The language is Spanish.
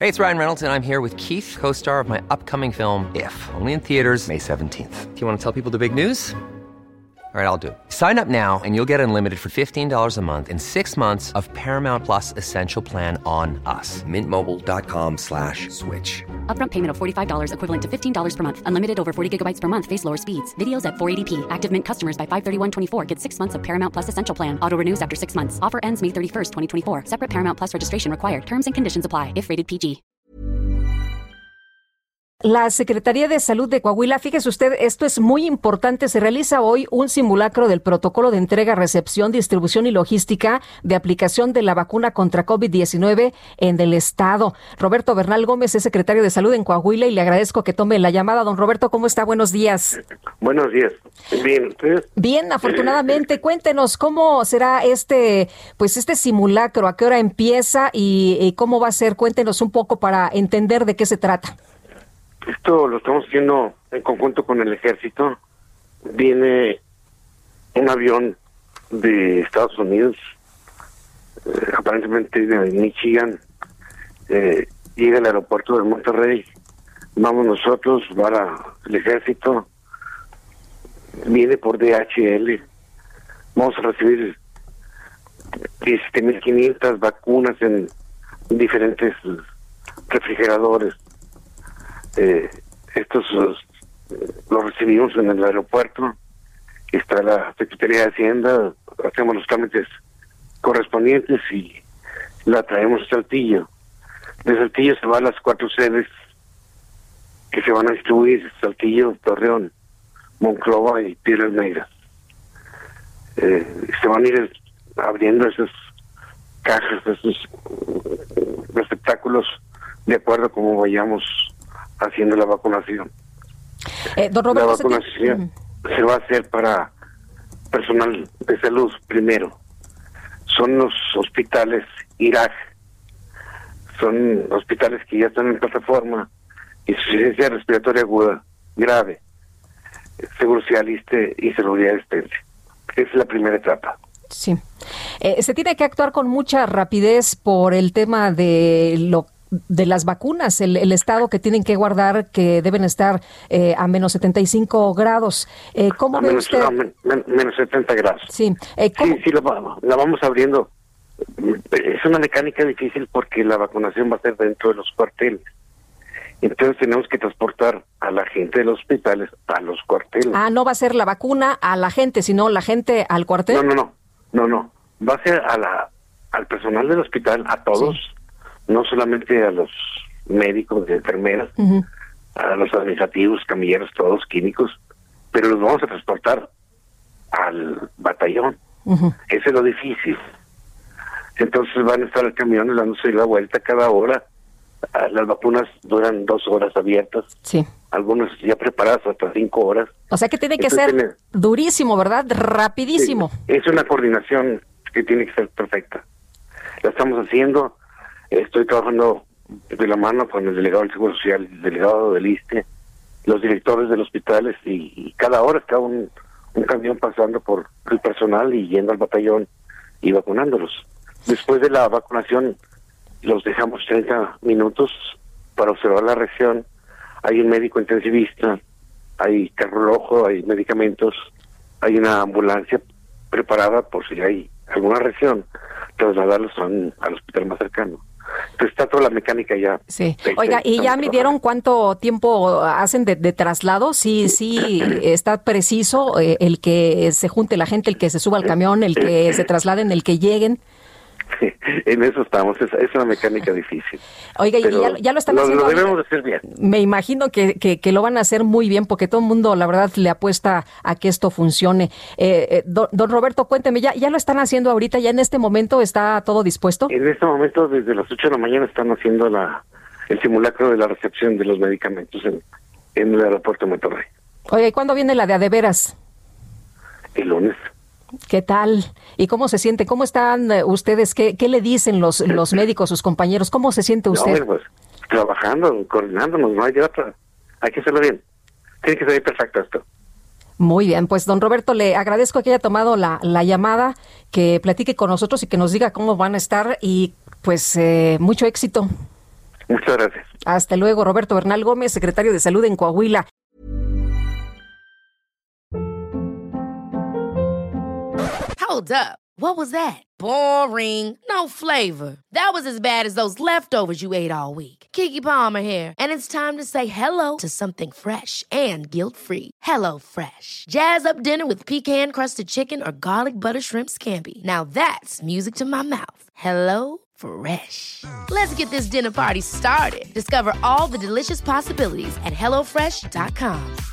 Hey, it's Ryan Reynolds, and I'm here with Keith, co-star of my upcoming film, If, only in theaters May 17th. Do you want to tell people the big news? All right, I'll do it. Sign up now and you'll get unlimited for $15 a month and 6 months of Paramount Plus Essential Plan on us. MintMobile.com/switch. Upfront payment of $45 equivalent to $15 per month. Unlimited over 40 gigabytes per month. Face lower speeds. Videos at 480p. Active Mint customers by 531.24 get 6 months of Paramount Plus Essential Plan. Auto renews after 6 months. Offer ends May 31st, 2024. Separate Paramount Plus registration required. Terms and conditions apply if rated PG. La Secretaría de Salud de Coahuila, fíjese usted, esto es muy importante, se realiza hoy un simulacro del protocolo de entrega, recepción, distribución y logística de aplicación de la vacuna contra COVID-19 en el estado. Roberto Bernal Gómez es secretario de Salud en Coahuila y le agradezco que tome la llamada. Don Roberto, ¿cómo está? Buenos días. Buenos días. Bien, ¿ustedes? Bien, afortunadamente. Cuéntenos cómo será este simulacro, a qué hora empieza y cómo va a ser. Cuéntenos un poco para entender de qué se trata. Esto lo estamos haciendo en conjunto con el ejército. Viene un avión de Estados Unidos, aparentemente de Michigan, llega al aeropuerto de Monterrey. Vamos nosotros, va el ejército, viene por DHL. Vamos a recibir 17.500 vacunas en diferentes refrigeradores. Estos los recibimos en el aeropuerto. Está la Secretaría de Hacienda, hacemos los trámites correspondientes y la traemos a Saltillo. De Saltillo se va a las 4 sedes que se van a distribuir: Saltillo, Torreón, Monclova y Piedras Negras. Se van a ir abriendo esas cajas, esos receptáculos de acuerdo a cómo vayamos haciendo la vacunación. Don Roberto, la vacunación se va a hacer para personal de salud primero. Son los hospitales IRAG, son hospitales que ya están en plataforma, insuficiencia respiratoria aguda, grave, Seguro Social, ISSSTE y Seguridad Extensa. Esa es la primera etapa. Sí. Se tiene que actuar con mucha rapidez por el tema de las vacunas, el estado que tienen que guardar, que deben estar a menos 75 grados. ¿Cómo ve usted? Menos 70 grados. Sí. Sí, la vamos abriendo. Es una mecánica difícil porque la vacunación va a ser dentro de los cuarteles. Entonces tenemos que transportar a la gente de los hospitales a los cuarteles. Ah, no va a ser la vacuna a la gente, sino la gente al cuartel. No. Va a ser al personal del hospital, a todos. Sí. No solamente a los médicos y enfermeras, a los administrativos, camilleros, todos químicos, pero los vamos a transportar al batallón. Ese es lo difícil. Entonces van a estar los camiones dándose la vuelta cada hora. Las vacunas duran 2 horas abiertas. Sí. Algunas ya preparadas hasta 5 horas. O sea que tiene que ser durísimo, ¿verdad? Rapidísimo. Sí. Es una coordinación que tiene que ser perfecta. La estamos haciendo. Estoy trabajando de la mano con el delegado del Seguro Social, el delegado del ISSSTE, los directores de los hospitales, y cada hora está un camión pasando por el personal y yendo al batallón y vacunándolos. Después de la vacunación los dejamos 30 minutos para observar la reacción. Hay un médico intensivista, hay carro rojo, hay medicamentos, hay una ambulancia preparada por si hay alguna reacción, trasladarlos al hospital más cercano. Entonces está toda la mecánica ya. Sí. Oiga, ¿y ya midieron cuánto tiempo hacen de traslado? Sí, está preciso el que se junte la gente, el que se suba al camión, el que se trasladen, el que lleguen. En eso estamos, es una mecánica difícil. Oiga, y ya lo están haciendo. Lo debemos de hacer bien. Me imagino que lo van a hacer muy bien, porque todo el mundo, la verdad, le apuesta a que esto funcione. Don Roberto, cuénteme, ¿ya lo están haciendo ahorita? ¿Ya en este momento está todo dispuesto? En este momento, desde las 8 de la mañana, están haciendo el simulacro de la recepción de los medicamentos en el aeropuerto de Monterrey. Oiga, ¿y cuándo viene la de veras? El lunes. ¿Qué tal? ¿Y cómo se siente? ¿Cómo están ustedes? ¿Qué le dicen los médicos, sus compañeros? ¿Cómo se siente usted? No, pues, trabajando, coordinándonos, no hay de otra. Hay que hacerlo bien. Tiene que salir perfecto esto. Muy bien, pues don Roberto, le agradezco que haya tomado la llamada, que platique con nosotros y que nos diga cómo van a estar y pues mucho éxito. Muchas gracias. Hasta luego. Roberto Bernal Gómez, secretario de Salud en Coahuila. Hold up. What was that? Boring. No flavor. That was as bad as those leftovers you ate all week. Keke Palmer here. And it's time to say hello to something fresh and guilt-free. Hello Fresh. Jazz up dinner with pecan-crusted chicken or garlic butter shrimp scampi. Now that's music to my mouth. Hello Fresh. Let's get this dinner party started. Discover all the delicious possibilities at HelloFresh.com.